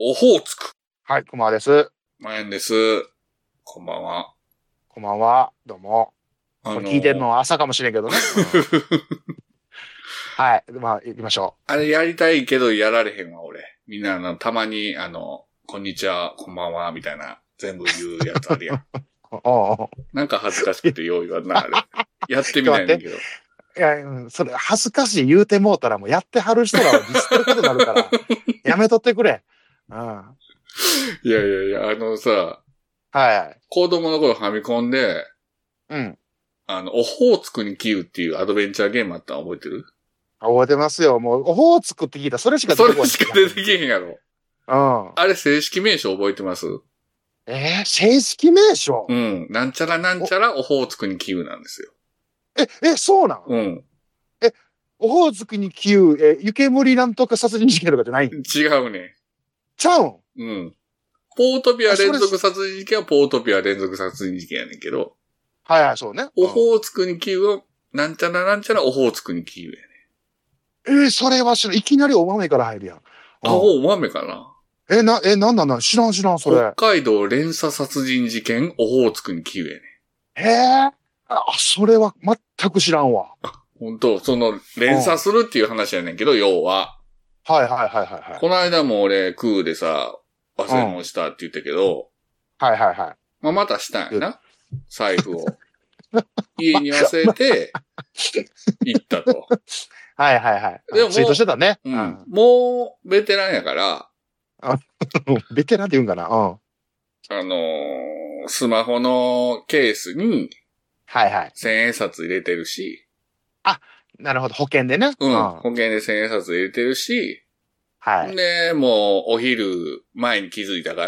オホーツク。 はい、こんばんはです。 まやんです。こんばんは。 こんばんは。どうも。これ聞いてるのは朝かもしれんけどね。はい。まあ、行きましょあれやりたいけどやられへんわ、俺。みんなたまにこんにちは、こんばんは、みたいな、全部言うやつあるやん。なんか恥ずかしくてよう言わんな、あれ。やってみないんだけど。 いや、それ恥ずかしい言うてもうたらもうやってはる人らをディスってることになるから、やめとってくれ。 いやいやいや、さ、 はい。 子供の頃ファミコンで、 うん。 オホーツクにキウっていうアドベンチャーゲームあったの覚えてる？ 覚えてますよ。もう、オホーツクって聞いたらそれしか出てこない。 それしか出てけへんやろ。 うん。 あれ正式名称覚えてます？ 正式名称？ うん。なんちゃらなんちゃらオホーツクにキウなんですよ。 そうなん？ うん。 オホーツクにキウ、湯煙なんとか殺人事件とかじゃない？ 違うね。 ちゃうん？ うん。ポートピア連続殺人事件はポートピア連続殺人事件やねんけど。 はいはい、そうね。 オホーツクにキウは、なんちゃらなんちゃらオホーツクにキウやねん。 それは知らん。いきなりお豆から入るやん。 お豆かな？ なんだ知らん、それ。 北海道連鎖殺人事件オホーツクにキウやねん。 へえ。それは全く知らんわ。 本当連鎖するっていう話やねんけど、要は。 はい。 この間も俺、空でさ、忘れ物したって言ったけど、 はい。 まあ、またしたんやな。財布を。家に忘れて、行ったと。 はい。でもツイートしてたね。 もう、ベテランやから、 ベテランって言うんかな。 スマホのケースに、 はい。 千円札入れてるし。 なるほど。保険でね。 保険で千円札入れてるし。 はい。 で、もう、お昼前に気づいたから、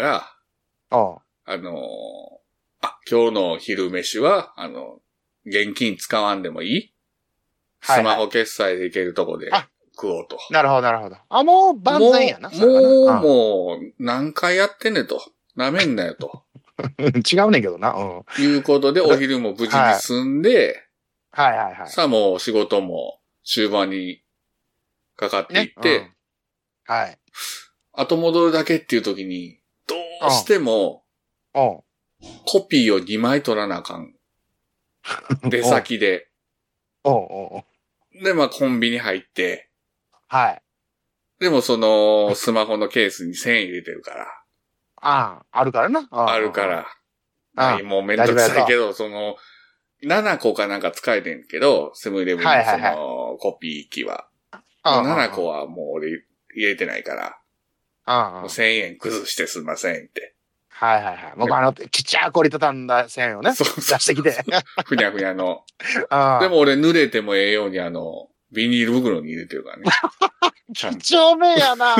今日の昼飯は、現金使わんでもいい？スマホ決済でいけるとこで食おうと。 なるほど。もう万全やな。 もう、何回やってんねんと。なめんなよと。 違うねんけどな。 いうことで、お昼も無事に済んで、 はい。 さあもう仕事も終盤にかかっていって、 はい。 後戻るだけっていう時に、どうしても、コピーを2枚取らなあかん。出先で。で、まあコンビニ入って。 はい。 でもスマホのケースに1000円入れてるから。 あるからな。 あるから。もうめんどくさいけど、7個かなんか使えてんけど、セブンイレブンのコピー機は。7個はもう俺入れてないから。もう1000円崩してすいませんって。 はい。僕ちっちゃい折りたたんだ線をね。出してきて。 ふにゃふにゃの。でも俺濡れてもええようにビニール袋に入れてるからね。 几帳面やな。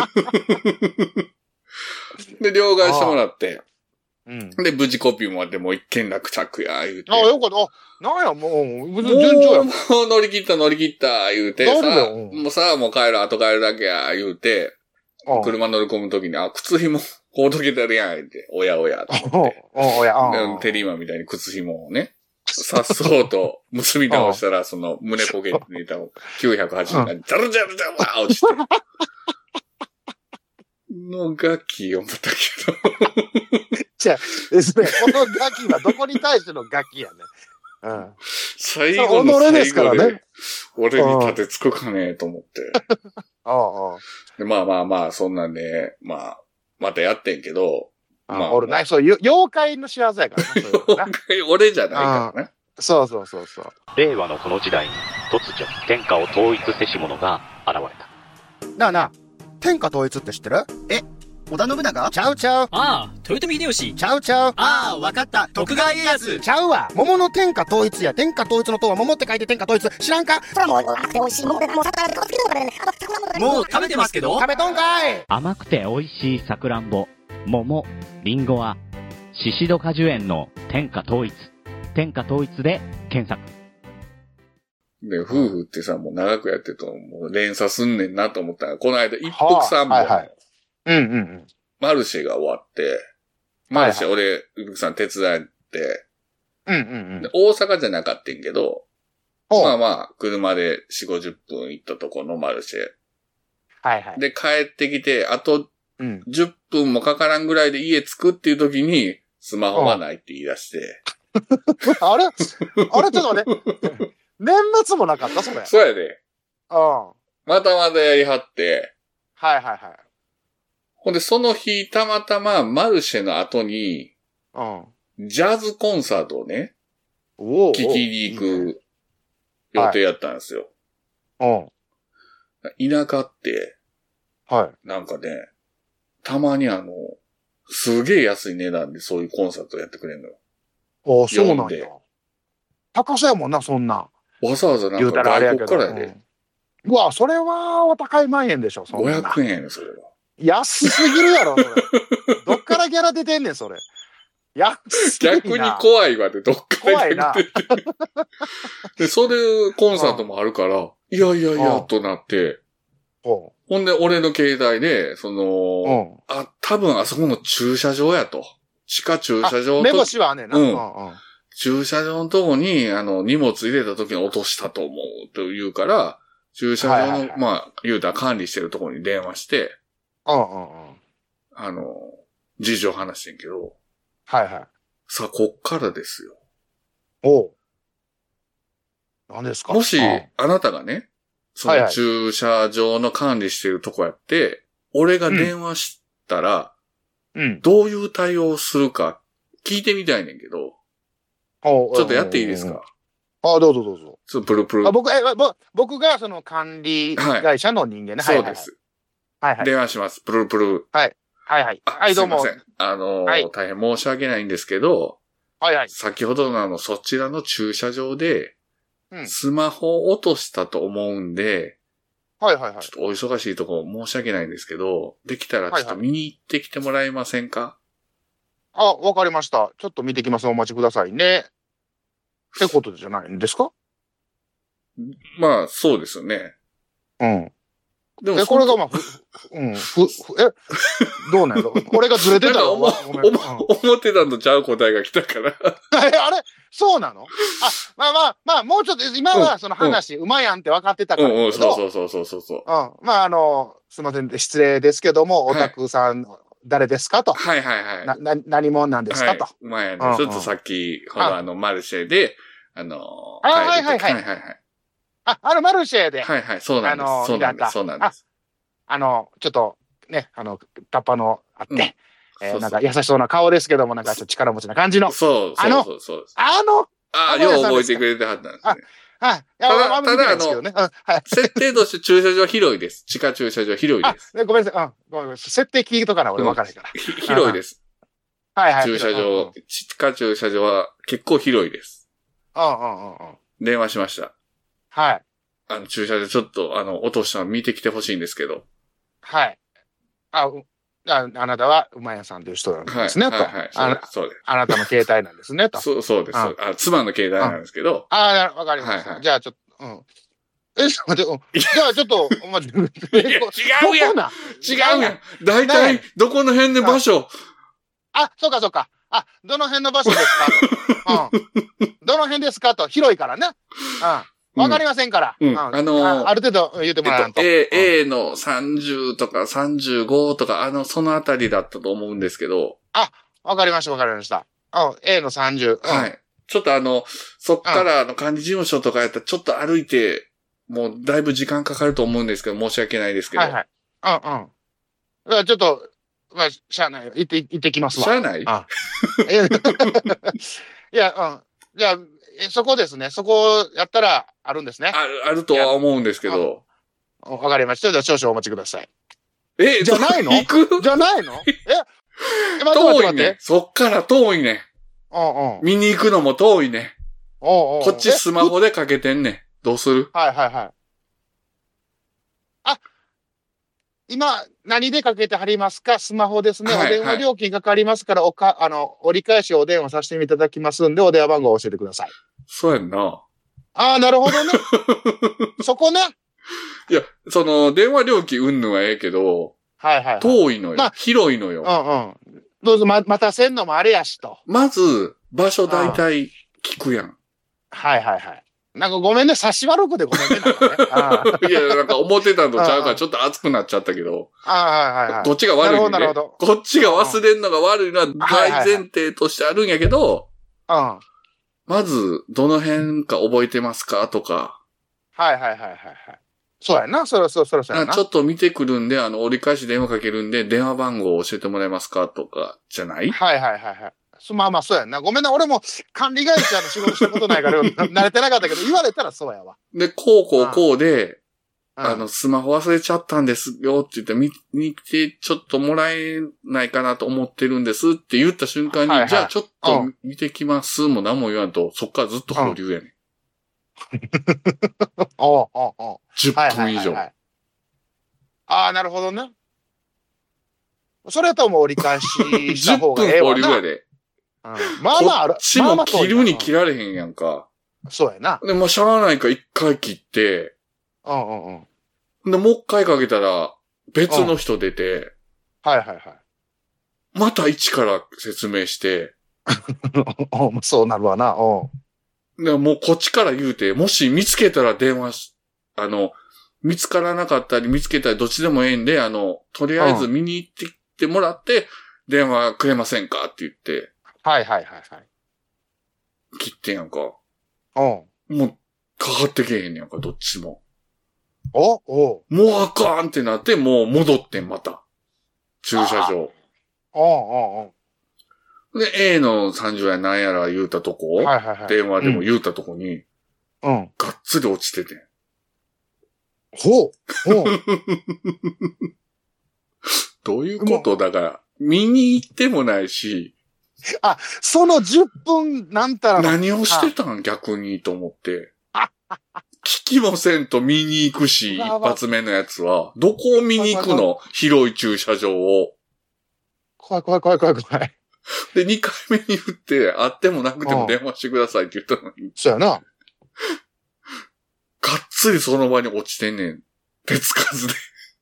で、両替してもらって。で、無事コピーもあってもう一件落着や、言うて。 よかった。なんや、もう、順調や。 もう乗り切った、言うて、もう帰る、後帰るだけや、言うて、車乗り込むときに、靴紐、こうとけてるやん、言うて、おや、と思って。テリーマンみたいに靴紐をね、さっそうと結び直したら、胸ポケットにいた980円が、ジャル落ちて。のガキ思ったけど。 じゃあ、このガキはどこに対してのガキやね。 最後の最後で、俺に立てつくかねえと思って。でまあ、そんなんで、またやってんけど。 俺ない、妖怪の仕業やからな。 妖怪、俺じゃないからね。 そう。 令和のこの時代に、突如、天下を統一せし者が現れた。なあ、天下統一って知ってる？織田信長？ちゃう。 豊臣秀吉？ ちゃう。 わかった。徳川家康？ ちゃうわ。桃の天下統一や。天下統一の塔は桃って書いて天下統一。知らんか？それはもう甘くて美味しい桃で、もうもう食べてますけど？ 食べとんかい。 甘くて美味しいさくらんぼ、桃、りんごは、シシド果樹園の天下統一。天下統一で検索。 で、夫婦ってさ、もう長くやってると、もう連鎖すんねんなと思ったら、この間一服三本。マルシェが終わって、マルシェ俺、うぶくさん手伝って、大阪じゃなかったんけど、車で4、50分行ったとこのマルシェ。で、帰ってきて、あと10 分もかからんぐらいで家着くっていう時に、スマホがないって言い出して。 あれちょっと待って。年末もなかったそれ。 そうやで。 うん。 またやりはって。 はい。 ほんで、その日、たまたまマルシェの後に、ジャズコンサートをね、聞きに行く予定やったんですよ。田舎って、なんかね、たまにすげえ安い値段でそういうコンサートやってくれるのよ。 ああ、そうなんや。高さやもんな、そんな。 わざわざなんか外国からやで。 うわ、それはお高い万円でしょ、そんな。 500円やねん、それは。 安すぎるやろ、それ。どっからギャラ出てんねん、それ。安いな。 逆に怖いわで、どっからギャラ出てんねん。怖いな。 で、それ、コンサートもあるから、いや、となって、ほんで、俺の携帯で、多分あそこの駐車場やと。地下駐車場と。 目星はあんねんな。 駐車場のとこに、荷物入れた時に落としたと思うと言うから、駐車場の、言うたら管理してるところに電話して、事情話してんけど、さあ、こっからですよ。 何ですか？ もし、あなたがね、その駐車場の管理してるとこやって、俺が電話したら、どういう対応するか聞いてみたいねんけど、ちょっとやっていいですか？ どうぞ。 ちょっとプルプル。 僕がその管理会社の人間ね。 そうです。電話します。プルプル。 はい、どうも。 すいません。大変申し訳ないんですけど、先ほどのそちらの駐車場で、スマホを落としたと思うんで、ちょっとお忙しいとこ申し訳ないんですけど、できたらちょっと見に行ってきてもらえませんか？ わかりました。ちょっと見てきます。お待ちくださいね。ってことじゃないんですか？ まあ、そうですよね。 でもこれがどうなんやろ？これがずれてたら思ってたのちゃう答えが来たから。 あれそうなの？まあ、もうちょっと、今はその話、うまいやんって分かってたから。 そう。 すいません、失礼ですけども、オタクさん、誰ですかと。何者なんですかと。 うまいやね。ちょっとさっき、マルシェで、 マルシェで。 そうなんです。そうなんです。 ちょっと、ね、タッパのあって、なんか優しそうな顔ですけども、なんかちょっと力持ちな感じの。 そうです。よう覚えてくれてはったんですね。ただ、設定として駐車場広いです。地下駐車場広いです。 ごめんなさい。設定聞いとかな、俺分からへんから。 広いです。駐車場、地下駐車場は結構広いです。電話しました。駐車場ちょっと、落としたの見てきてほしいんですけど。 あなたは馬屋さんという人なんですね、と。 そうです。 あなたの携帯なんですね、と。 そうです。妻の携帯なんですけど。 わかりました。じゃあちょっと、じゃあちょっと、お待ち。 違うやん。だいたい、どこの辺で場所。 そうか。どの辺の場所ですかと。どの辺ですかと。広いからね。わかりませんから。ある程度言うてもらわんと。 A の30とか35とか、そのあたりだったと思うんですけど。 わかりました。A の30。 ちょっとそっから管理事務所とかやったらちょっと歩いて、もうだいぶ時間かかると思うんですけど、申し訳ないですけど。 ちょっと、しゃあない。行ってきますわ。 しゃあない？ いや、じゃあ、そこですね。そこやったらあるんですね。 あるとは思うんですけど。 わかりました。じゃあ少々お待ちください。 じゃないの？ 行く？ じゃないの？ 遠いね。そっから遠いね。見に行くのも遠いね。こっちスマホでかけてんね。どうする？ 今、何でかけてはりますか？スマホですね。お電話料金かかりますから、折り返しお電話させていただきますんで、お電話番号を教えてください。 そうやんな。 なるほどね。そこね。 いや、電話料金うんぬんはええけど、遠いのよ。広いのよ。 どうぞ、またせんのもあれやしと。 まず、場所大体聞くやん。 なんかごめんね、差し悪くでごめんね。 いや、なんか思ってたのとちゃうからちょっと熱くなっちゃったけど。こっちが悪いね。なるほど。こっちが忘れんのが悪いのは大前提としてあるんやけど、まず、どの辺か覚えてますかとか。 はい。そうやな、そらそうやな。 ちょっと見てくるんで、折り返し電話かけるんで、電話番号を教えてもらえますかとか、じゃない？ はい。まあ、そうやな。ごめんな、俺も管理会社の仕事したことないから、慣れてなかったけど、言われたらそうやわ。 で、こうで、スマホ忘れちゃったんですよって言って、見て、ちょっともらえないかなと思ってるんですって言った瞬間に、じゃあちょっと見てきますも何も言わんと、そっからずっと保留やねん。10分以上。 なるほどね。それとも折り返しした方がええわな。10分保留やで。まあある。 こっちも切るに切られへんやんか。 そうやな。 で、しゃあないか一回切って、で、もう一回かけたら、別の人出て、 はい。 また一から説明して、 そうなるわな。 でもうこっちから言うて、もし見つけたら電話見つからなかったり見つけたらどっちでもええんで、とりあえず見に行ってきてもらって、電話くれませんかって言って。 はい。 切ってんやんか。もう、かかってけへんやんか、どっちも。もうあかんってなって、もう戻ってん、また。駐車場。で、A の30やなんやら言うたとこ、電話でも言うたとこに、がっつり落ちててん。どういうことだから、見に行ってもないし。 その10分なんたら。 何をしてたん逆にと思って。聞きもせんと見に行くし、一発目のやつは。どこを見に行くの？広い駐車場を。 怖い。 で、2回目に振って、会ってもなくても電話してくださいって言ったのに。 そうやな。 がっつりその場に落ちてんねん。手つかずで。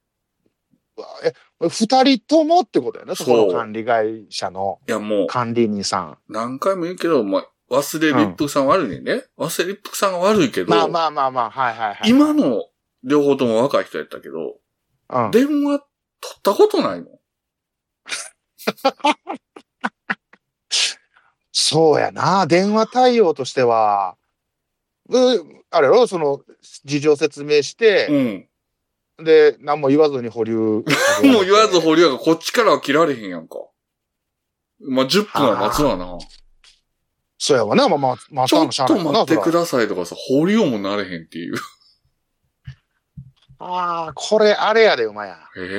二人ともってことやな、そこの管理会社の。いや、もう。管理人さん。 何回も言うけど、忘れる一服さん悪いねんね。忘れる一服さんが悪いけど。 まあ、はい。 今の両方とも若い人やったけど、電話取ったことないの？ そうやな。電話対応としては、あれやろ、事情説明して、で、何も言わずに保留。 何も言わず保留やから、こっちからは切られへんやんか。10分は待つわな。 そうやわな、 ちょっと待ってくださいとかさ、保留もなれへんっていう。 これ、あれやで、馬や。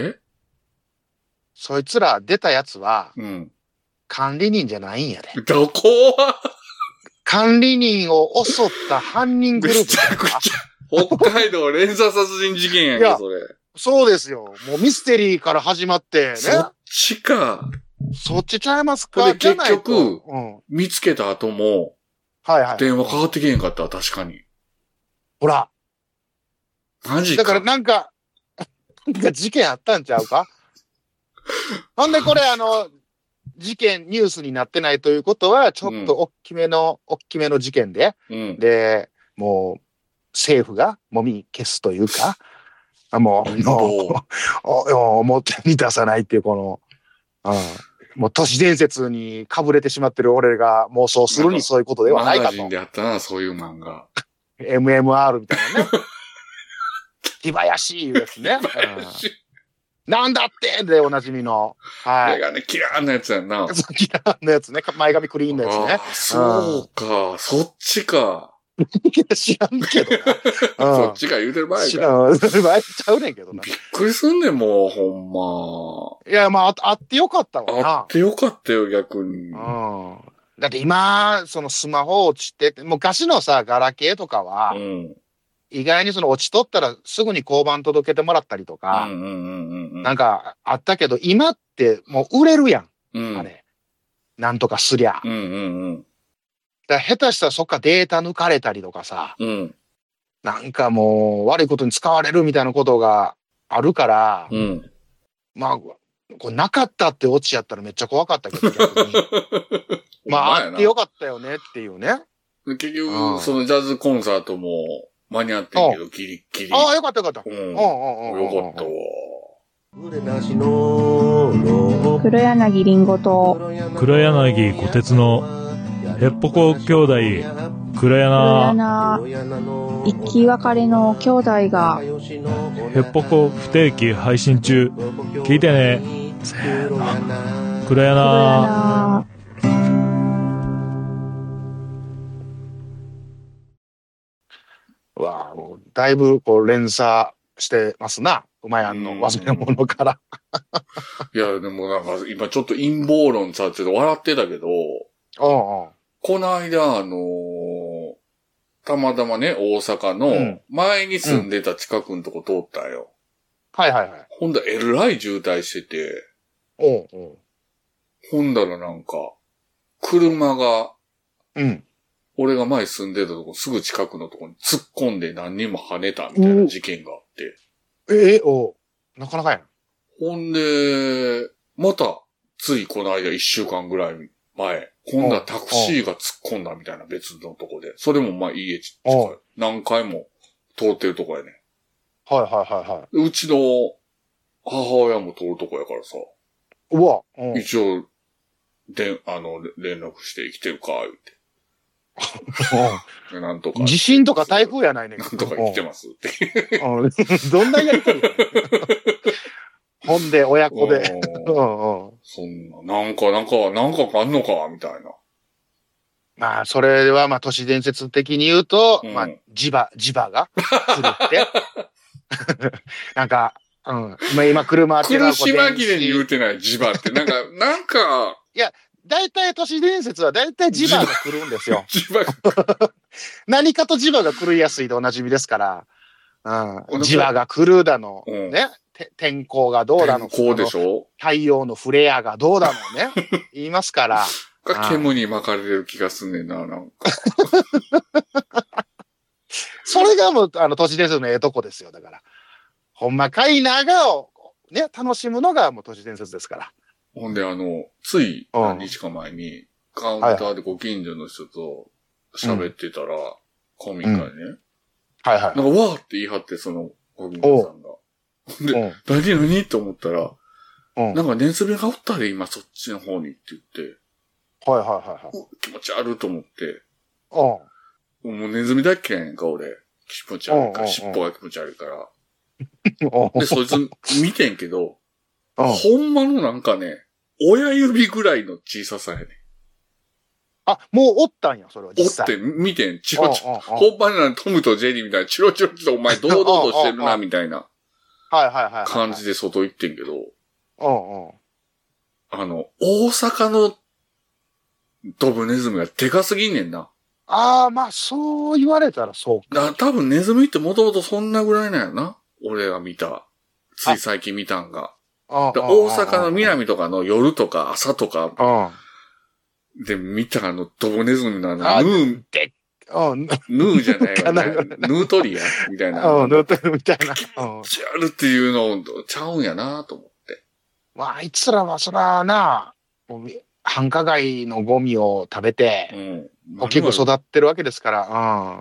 そいつら出たやつは、管理人じゃないんやで。 どこは管理人を襲った犯人グループ。 北海道連鎖殺人事件やんけ、それ。 そうですよ。もうミステリーから始まってね。 そっちか。 そっちちゃいますか？ で、結局、見つけた後も、電話かかってけへんかったわ、確かに。 ほら。 マジか。 だからなんか事件あったんちゃうか？ほんでこれ事件、ニュースになってないということは、ちょっと大きめの事件で、で、もう、政府がもみ消すというか、もう、表に出さないっていう、もう都市伝説にかぶれてしまってる俺が妄想するにそういうことではないかと。 マガジンであったな、そういう漫画。 MMR みたいなね。手早しいですね。なんだってでおなじみの。 はい。メガネキラーンのやつやんな。 キラーンのやつね。前髪クリーンのやつね。 そうか。そっちか。 知らんけどな。 そっちか言うてる場合か。 知らん。前ちゃうねんけどな。 びっくりすんねん、もう、ほんま。いや、あってよかったわな。 あってよかったよ、逆に。 だって今、スマホ落ちて、昔のさ、ガラケーとかは、意外に落ちとったらすぐに交番届けてもらったりとか、なんかあったけど、今ってもう売れるやん。あれ。なんとかすりゃ。だ下手したらそっかデータ抜かれたりとかさ、なんかもう悪いことに使われるみたいなことがあるから、これなかったってオチやったらめっちゃ怖かったけど、逆に。あってよかったよねっていうね。 結局、そのジャズコンサートも間に合ってんけど、ギリギリ。 ああ、よかったよかった。 よかったわ。 黒柳りんごと黒柳小鉄のへっぽこ兄弟黒柳生き別れの兄弟がへっぽこ不定期配信中。聞いてね。せーの。黒柳。 わあ、もうだいぶこう連鎖してますな。うまやんの忘れ物から。 いや、でもなんか今ちょっと陰謀論さ、ちょっと笑ってたけど、この間たまたまね、大阪の前に住んでた近くのとこ通ったよ。 はいはいはい。 ほんだらえらい渋滞してて、ほんだらなんか、車が、俺が前住んでたとこすぐ近くのとこに突っ込んで何人も跳ねたみたいな事件があって。 なかなかやん。 ほんで、また、ついこの間1週間ぐらい前、今度はタクシーが突っ込んだみたいな別のとこで。それもまあ家近い。何回も通ってるとこやね。うちの母親も通るとこやからさ。一応、連絡して生きてるか、言うて。なんとか。 地震とか台風やないねん。 なんとか生きてますって。 どんなやりとりほんで、親子で。 そんな、なんかあんのか、みたいな。 まあ、それはまあ、都市伝説的に言うと、まあ、磁場が来るって。なんか、今車って苦し紛れに言うてない磁場って、なんか。 いや、大体都市伝説は大体磁場が来るんですよ。 磁場が何かと磁場が狂いやすいでおなじみですから。磁場が来るだの、ね。天候がどうだの。 天候でしょ？ 太陽のフレアがどうだのね。言いますから。 煙に巻かれてる気がすんねんな、なんか。 それがもう、都市伝説のええとこですよ、だから。ほんまかいながを、ね、楽しむのがもう都市伝説ですから。 ほんでつい何日か前に、カウンターでご近所の人と喋ってたら、公民館ね。なんか、わーって言い張って、その、ご近所さんが。で、何って思ったら、なんかネズミがおったで、今そっちの方にって言って。気持ち悪いと思って。もうネズミだっけやんか、俺。気持ち悪いから、尻尾が気持ち悪いから。で、そいつ見てんけど、ほんまのなんかね、親指ぐらいの小ささやね。 もうおったんや、それは実際。 おって、見てん、チロチロ。ほんまにトムとジェリーみたいな、チロチロチロ、お前堂々としてるな、みたいな。感じで外行ってんけど。大阪のドブネズミがでかすぎんねんな。 まあ、そう言われたらそうか。 多分ネズミってもともとそんなぐらいなんやな。俺が見た。つい最近見たんが。大阪の南とかの夜とか朝とかで見たドブネズミのヌーじゃないわ、ね。ヌートリアみたいな。 ヌートリアみたいな。 気持ち悪っていうのちゃうんやなと思って。 まあ、あいつらはそらな、繁華街のゴミを食べて、大きく育ってるわけですから。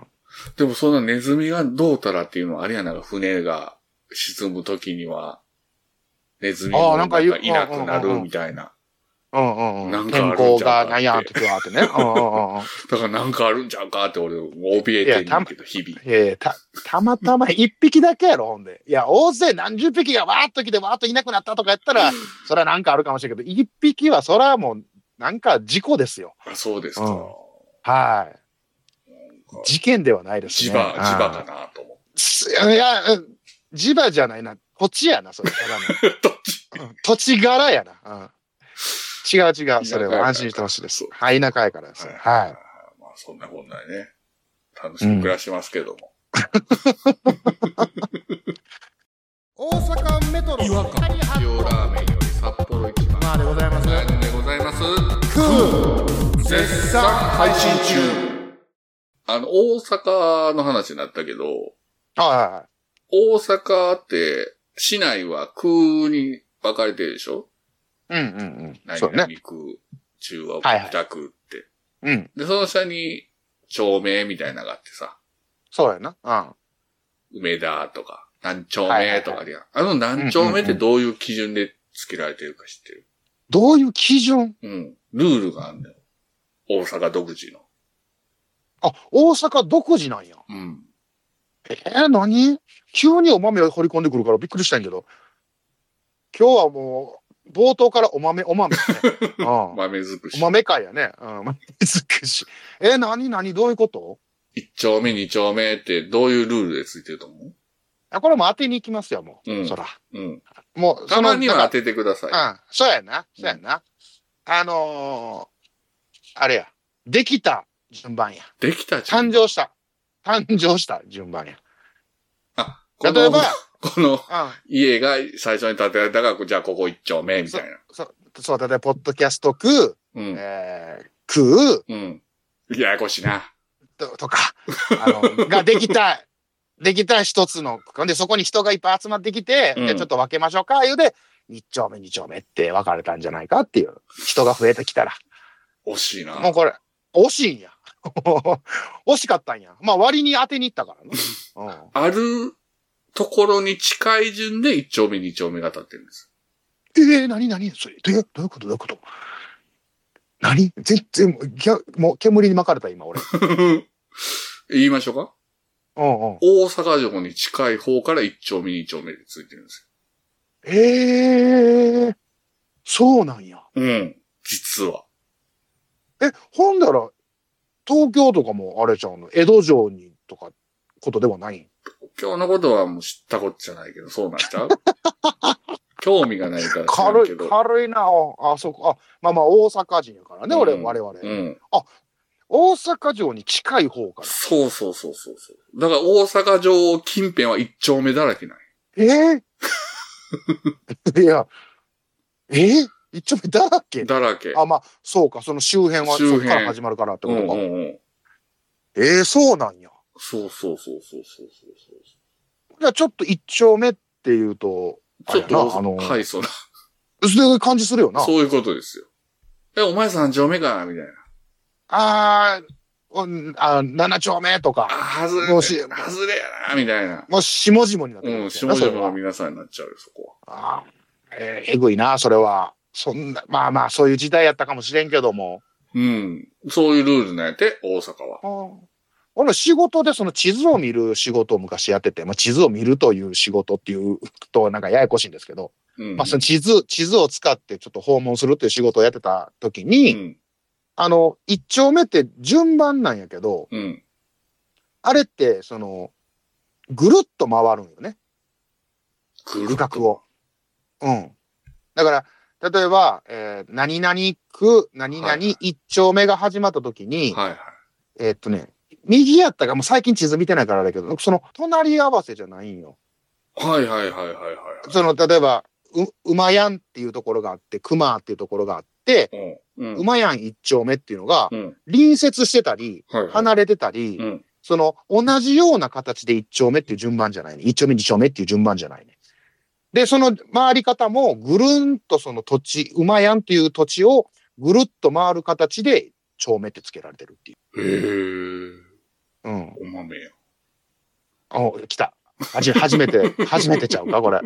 でもそんなネズミがどうたらっていうのはあれやな、船が沈むときには、ネズミがなんかいなくなるみたいな。 なんか天候がなんやってってね。だからなんかあるんちゃうかって俺、怯えてんねんけど、日々。 たまたま一匹だけやろ、ほんで。いや、大勢何十匹がわーっと来てわーっといなくなったとかやったら、それはなんかあるかもしれんけど、一匹はそれはもう、なんか事故ですよ。 そうですか。 はい。事件ではないですね。 磁場かなと思って。 いや、磁場じゃないな。土地やな、それ。土地柄やな。違う。それは安心してほしいです。田舎やからです。はい。 まあ、そんなこんなでね。楽しく暮らしますけども。 大阪メトロ違和感塩ラーメンより札幌一番。 まあでございます。 何でございます。 絶賛配信中。 大阪の話になったけど、 大阪って、市内は区に分かれてるでしょ？何々区、中央区、北区って。で、その下に町名みたいなのがあってさ。 そうやな。うん。 梅田とか、何丁目とかで、何丁目ってどういう基準で付けられてるか知ってる？ どういう基準？ うん。ルールがあるんだよ。大阪独自の。 あ、大阪独自なんや。 うん。 何？急にお豆を掘り込んでくるからびっくりしたんやけど。今日はもう、冒頭からお豆ね。 豆尽くし。 お豆会やね。豆尽くし。何どういうこと？ 1 丁目2丁目ってどういうルールでついてると思う？ これも当てに行きますよ、もう。 うん。 そら。 うん。 もう、 たまには当ててください。 そうやな。あれや。できた順番や。 できた順番。誕生した順番や。例えば、 この家が最初に建てられたから、じゃあここ1丁目みたいな。 そう、例えば、ポッドキャスト区、区、 ややこしいな。 とか、ができた一つの区間で、そこに人がいっぱい集まってきて、で、ちょっと分けましょうか、いうで、1丁目、2丁目って分かれたんじゃないかっていう。人が増えてきたら。 惜しいな。 もうこれ、惜しいんや。惜しかったんや。まあ割に当てに行ったからね。 あるところに近い順で1丁目、2丁目が立ってるんです。 何それ。どういうこと何？全然、もう煙に巻かれた今俺。 言いましょうか？大阪城に近い方から1丁目、2丁目でついてるんですよ。 そうなんや。 うん。実は。 ほんだら、東京とかもあれちゃうの？江戸城にとか、ことではない？ 今日のことはもう知ったことじゃないけど、そうなっちゃう？興味がないから知らんけど。 軽いな。そうか。まあ大阪人やからね、我々。大阪城に近い方から。 そう。だから大阪城近辺は1丁目だらけない。 いや、1丁目だらけ？ だらけ。 まあ、そうか、その周辺はそこから始まるからってことか。そうなんや。 そう。 じゃあちょっと1丁目っていうと、 ちょっと、はい、そういう感じするよな。 そういうことですよ。お前3丁目かみたいな。7丁目とか。 外れやな、みたいな。 もう下々になってる。 下々の皆さんになっちゃうよ、そこは。 えぐいな、それは。まあ、そういう時代やったかもしれんけども。 そういうルールなんやって、大阪は。 俺仕事でその地図を見る仕事を昔やってて、地図を見るという仕事っていうとなんかややこしいんですけど、その地図を使ってちょっと訪問するっていう仕事をやってた時に、一丁目って順番なんやけど、あれって、ぐるっと回るんよね。区画を。だから、例えば、何々区、何々一丁目が始まった時に、右やったか、もう最近地図見てないからだけど、その隣り合わせじゃないんよ。 はい。 例えば、馬やんっていうところがあって、熊っていうところがあって、馬やん一丁目っていうのが、隣接してたり、離れてたり、同じような形で一丁目っていう順番じゃないね。一丁目二丁目っていう順番じゃないね。で、その回り方も、ぐるんとその土地、馬やんっていう土地をぐるっと回る形で、丁目って付けられてるっていう。 お豆や。 来た。初めてちゃうか、これ。だから、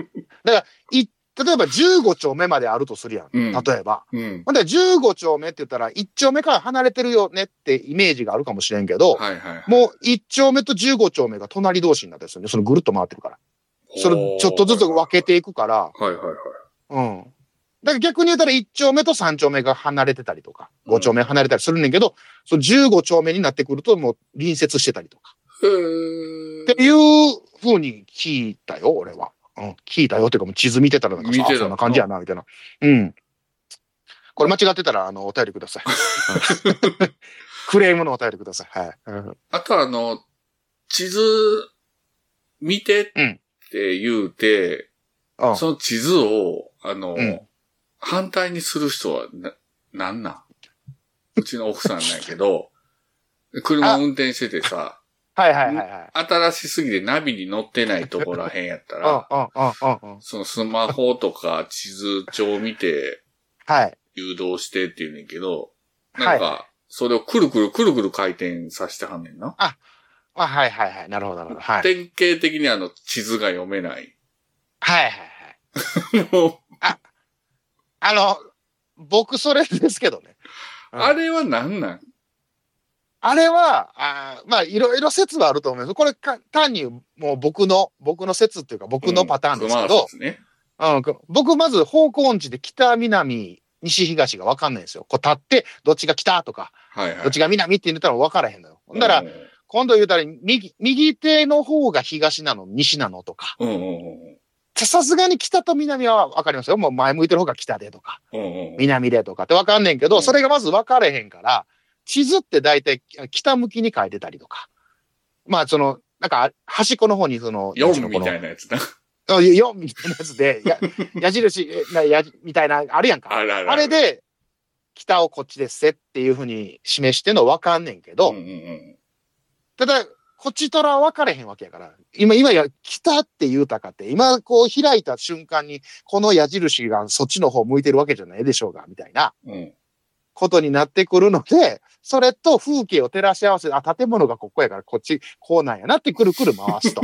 例えば15丁目まであるとするやん。例えば。ほんで15丁目って言ったら、1丁目から離れてるよねってイメージがあるかもしれんけど、もう1丁目と15丁目が隣同士になってるんですよね。そのぐるっと回ってるから。それちょっとずつ分けていくから。だから逆に言ったら1丁目と3丁目が離れてたりとか、5丁目離れたりするねんけど、その15丁目になってくるともう隣接してたりとか。っていう風に聞いたよ、俺は。聞いたよっていうかもう地図見てたらなんかそんな感じやな、みたいな。これ間違ってたらお便りください。クレームのお便りください。はい。 あと地図見てって言うて、その地図を、反対にする人はなんうちの奥さんなんやけど、車運転しててさ、新しすぎてナビに載ってないところらへんやったら、そのスマホとか地図帳見て、誘導してって言うねんけど、なんか、 それをくるくるくるくる回転させてはんねんな。 はいはいはい。なるほどなるほど。はい。 典型的に地図が読めない。 はいはいはい。もう。僕それですけどね。 あれは何なん？ あれは、まあ、いろいろ説はあると思います。これ単にもう僕の説っていうか僕のパターンですけど、僕まず方向音痴で北、南、西、東が分かんないんですよ。こう立って、どっちが北とか、どっちが南って言ったら分からへんのよ。だから、今度言うたら右手の方が東なの、西なのとか。さすがに北と南は分かりますよ。もう前向いてる方が北でとか、南でとかって分かんねんけど、それがまず分かれへんから、地図って大体北向きに書いてたりとか。まあ、なんか、端っこの方に 4みたいなやつだ。 4みたいなやつで、矢印、みたいな、あるやんか。あれで、北をこっちですせっていうふうに示してんの分かんねんけど、ただ、こっちとら分かれへんわけやから、今や北って言うたかって、今こう開いた瞬間に、この矢印がそっちの方向いてるわけじゃないでしょうが、みたいな。ことになってくるので、それと風景を照らし合わせて、建物がここやからこっち、こうなんやなってくるくる回すと。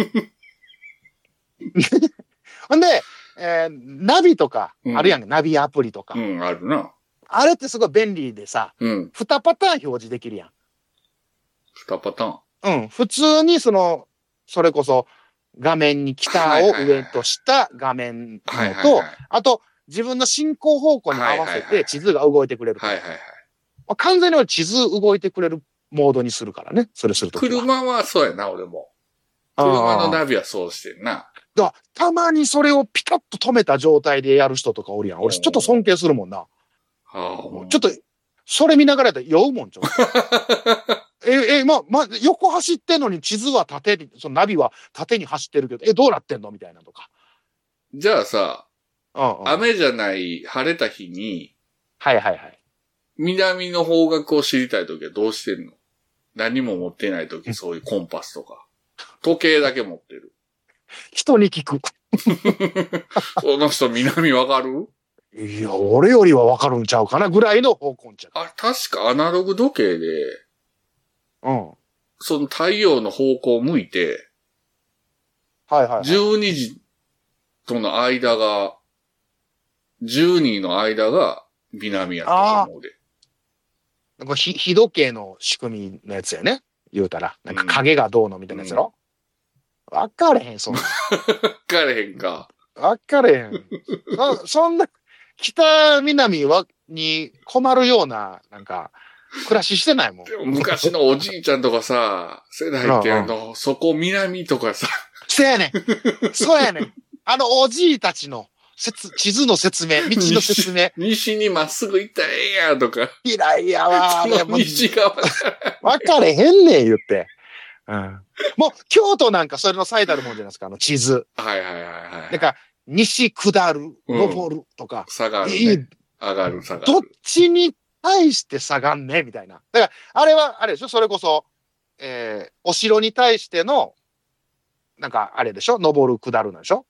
ほんで、ナビとか、あるやん、ナビアプリとか。 あるな。 あれってすごい便利でさ、2パターン表示できるやん。 2パターン？ 普通にそれこそ画面に北を上とした画面のと、あと、自分の進行方向に合わせて地図が動いてくれる。完全に地図動いてくれるモードにするからね。それすると。 車はそうやな、俺も。車のナビはそうしてんな。 たまにそれをピタッと止めた状態でやる人とかおるやん。俺ちょっと尊敬するもんな。ちょっと、それ見ながらやったら酔うもん、ちょっと。横走ってんのに地図は縦に、ナビは縦に走ってるけど、どうなってんのみたいなとか。 じゃあさ、雨じゃない晴れた日に、南の方角を知りたいときはどうしてんの？何も持ってないとき、そういうコンパスとか。時計だけ持ってる。 人に聞く。 その人南わかる？ いや、俺よりはわかるんちゃうかなぐらいの方向ちゃう。 確かアナログ時計で、その太陽の方向を向いて、12時との間が、12の間が南やったと思うで。 なんか日時計の仕組みのやつやね。言うたら。なんか影がどうのみたいなやつやろ。わかれへん、そんな。 わかれへんか。 わかれへん。そんな、北南に困るような、なんか、暮らししてないもん。 でも昔のおじいちゃんとかさ、世代ってそこ南とかさ。 そうやねん。そうやねん。おじいたちの地図の説明、道の説明。 西にまっすぐ行ったらええやんとか。 嫌いやわ。 西側。 分かれへんねん言って。もう、京都なんかそれの最たるもんじゃないですか、地図。なんか、西下る、登るとか。 下がる、ね。上がる、下がる。 どっちに対して下がんねみたいな。だから、あれは、あれでしょそれこそ、お城に対しての、なんか、あれでしょ登る、下るのでしょ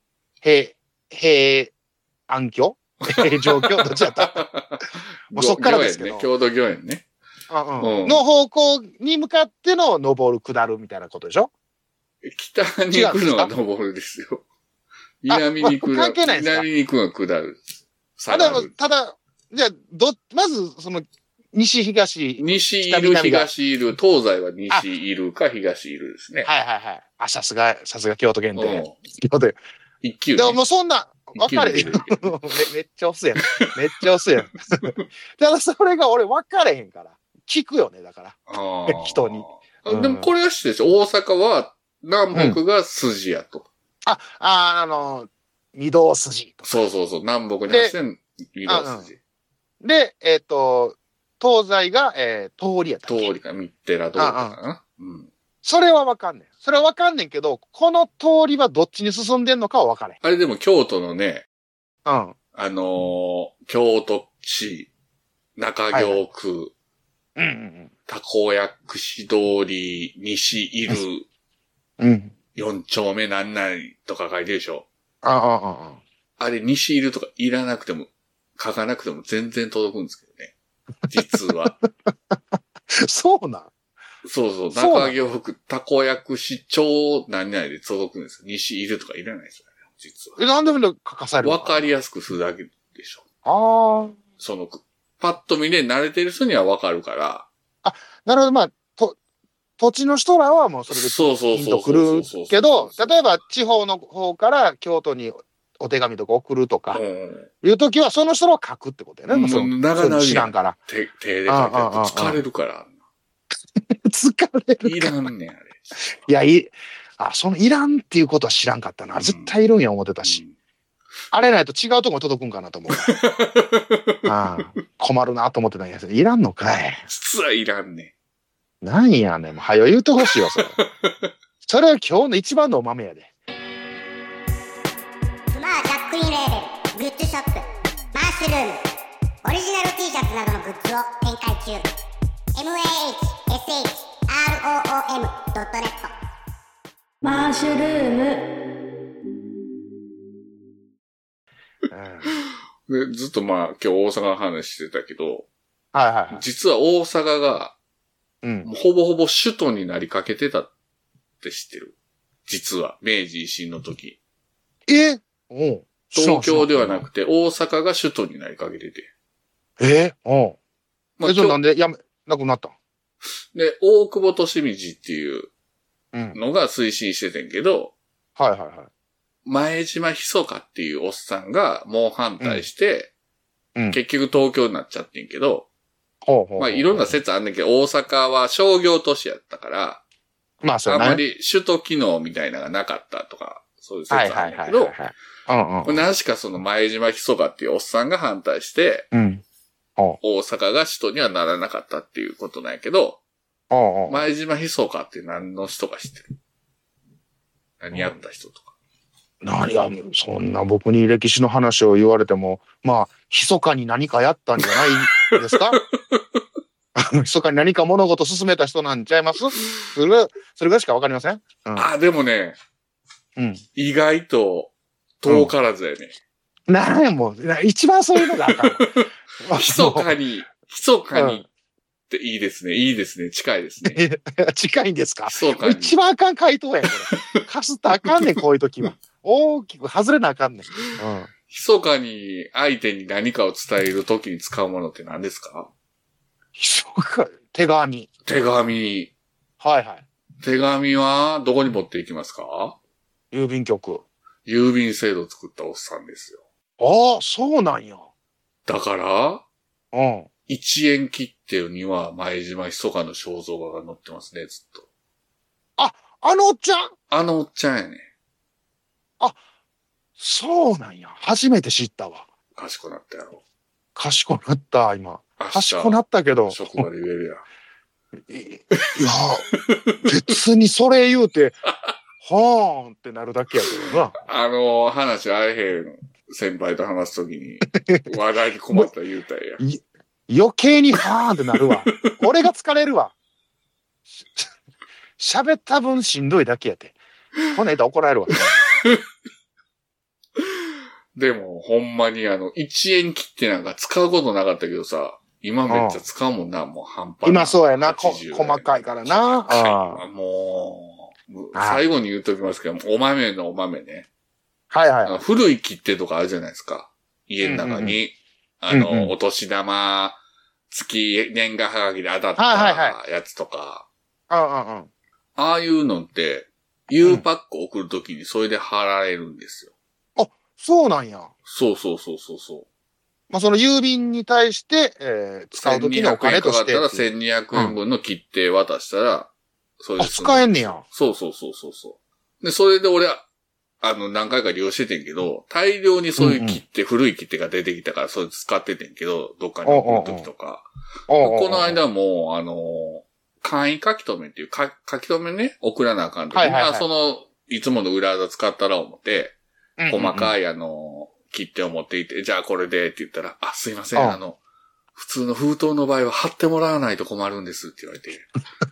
安居状況どっちだったもうそっからですけど。 郷土御苑ね。 の方向に向かっての登る、下るみたいなことでしょ北に行くのは登るですよ。南に行くのは、 関係ないですか？ 南に行くのは下る。 ただ、じゃあ、まず、西、東。 西いる、東いる、東西は西いるか東いるですね。 さすが京都限定。 一級、ね。 でももうそんな、分かれへん。めっちゃ押すやん。めっちゃ押すやん。ただそれが俺分かれへんから。聞くよね、だから。人に。 でもこれは知ってるでしょ。大阪は南北が筋やと。 御堂筋とか。 そう。南北に走って御堂筋。 で、東西が、通りやった。 通りか、三寺通りかな。 それはわかんねん。それはわかんねんけど、この通りはどっちに進んでんのかはわかれん。 あれでも京都のね、京都市、中京区、たこや串通り、西いる、4丁目なんないとか書いてるでしょ。あれ西いるとかいらなくても、書かなくても全然届くんですけどね。 実は。 そうなんそう。中行福、たこ焼くし、超何々で届くんですよ。西いるとかいらないですよね、実は。 なんでも書かされるわかりやすくするだけでしょ。 ああ。 パッと見で慣れてる人にはわかるから。 あ、なるほど。まあ、土地の人らはもうそれでピンとくるけど、例えば地方の方から京都にお手紙とか送るとか、いうときはその人らは書くってことやね。 長々 知らんから。 手で書いてあると疲れるから。 疲れる。 いらんねん、あれ。 いや、そのいらんっていうことは知らんかったな。絶対いるんや思ってたし。あれないと違うとこに届くんかなと思う。困るなと思ってたんやけど、いらんのかい。 実はいらんねん。なんやねん。もう早言うてほしいわ、それ。それは今日の一番のお豆やで。 スマージャックインレーベル、グッズショップ、マッシュルーム、オリジナル T シャツなどのグッズを展開中。mahshroom.net マッシュルーム。でずっと今日大阪の話してたけど、 はい。 実は大阪が、ほぼほぼ首都になりかけてたって知ってる？実は、明治維新の時。 東京ではなくて、大阪が首都になりかけてて。 なんでなくなったん？ で、大久保利通っていうのが推進しててんけど、前島密かっていうおっさんが猛反対して、結局東京になっちゃってんけど、いろんな説あんねんけど、大阪は商業都市やったから、あんまり首都機能みたいなのがなかったとか、そういう説あるんだけど、何しかその前島密かっていうおっさんが反対して、大阪が首都にはならなかったっていうことなんやけど、前島密かって何の人が知ってる？何やった人とか。 そんな僕に歴史の話を言われても、密かに何かやったんじゃないですか？密かに何か物事を進めた人なんちゃいます？それぐらいしかわかりません？ でもね、意外と遠からずやね。 もう、一番そういうのがあったの。 密かにっていいですね。いいですね。近いですね。 近いんですか？ 密かに。 一番あかん回答やん、これ。かすったらあかんねん、こういう時は。大きく外れなあかんねん。 密かに相手に何かを伝える時に使うものって何ですか？ 手紙。 手紙。手紙はどこに持っていきますか？ 郵便局。 郵便制度を作ったおっさんですよ。 そうなんや。 だから、1円切手には前島密かの肖像画が載ってますね、ずっと。 あのおっちゃん？ あのおっちゃんやね。 そうなんや。初めて知ったわ。 賢なったやろ。 賢なった、今。賢なったけど。 職場で言えるやん。いや、別にそれ言うて、はーんってなるだけやけどな。 話あれへん先輩と話すときに、話題に困った言うたんや。 余計にはーんってなるわ。俺が疲れるわ。喋った分しんどいだけやて。こんなん言ったら怒られるわ。 でも、ほんまに1円切手なんか使うことなかったけどさ、今めっちゃ使うもんな、もう半端ない。 今そうやな、細かいからな。 もう、最後に言うときますけど、お豆のお豆ね。古い切手とかあるじゃないですか。家の中に、お年玉、月年賀はがきで当たったやつとか。ああいうのって、U パック送るときにそれで貼られるんですよ。 そうなんや。 そう。 その郵便に対して、使うときのお金として。 1200円かかったら1200円分の切手渡したら、それで使えんねや。 そう。で、それで俺は、何回か利用しててんけど、大量にそういう切手、古い切手が出てきたから、それ使っててんけど、どっかに送るときとか。この間も、簡易書き留めっていう、書き留めね、送らなあかんときに、いつもの裏技使ったら思って、細かい切手を持っていて、じゃあこれでって言ったら、すいません、普通の封筒の場合は貼ってもらわないと困るんですって言われて。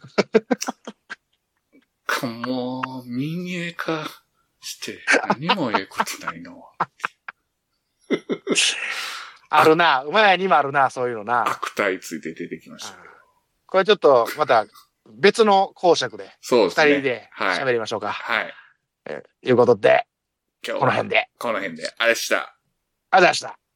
もう、民営化して、何もええことないの。 あるな。馬屋にもあるな、そういうのな。 悪態ついて出てきました。 これちょっと、また、別の講釈で。 そうですね。 二人で喋りましょうか。 はい。 いうことで、 今日この辺で。 この辺で。あれした。 ありがとうございました。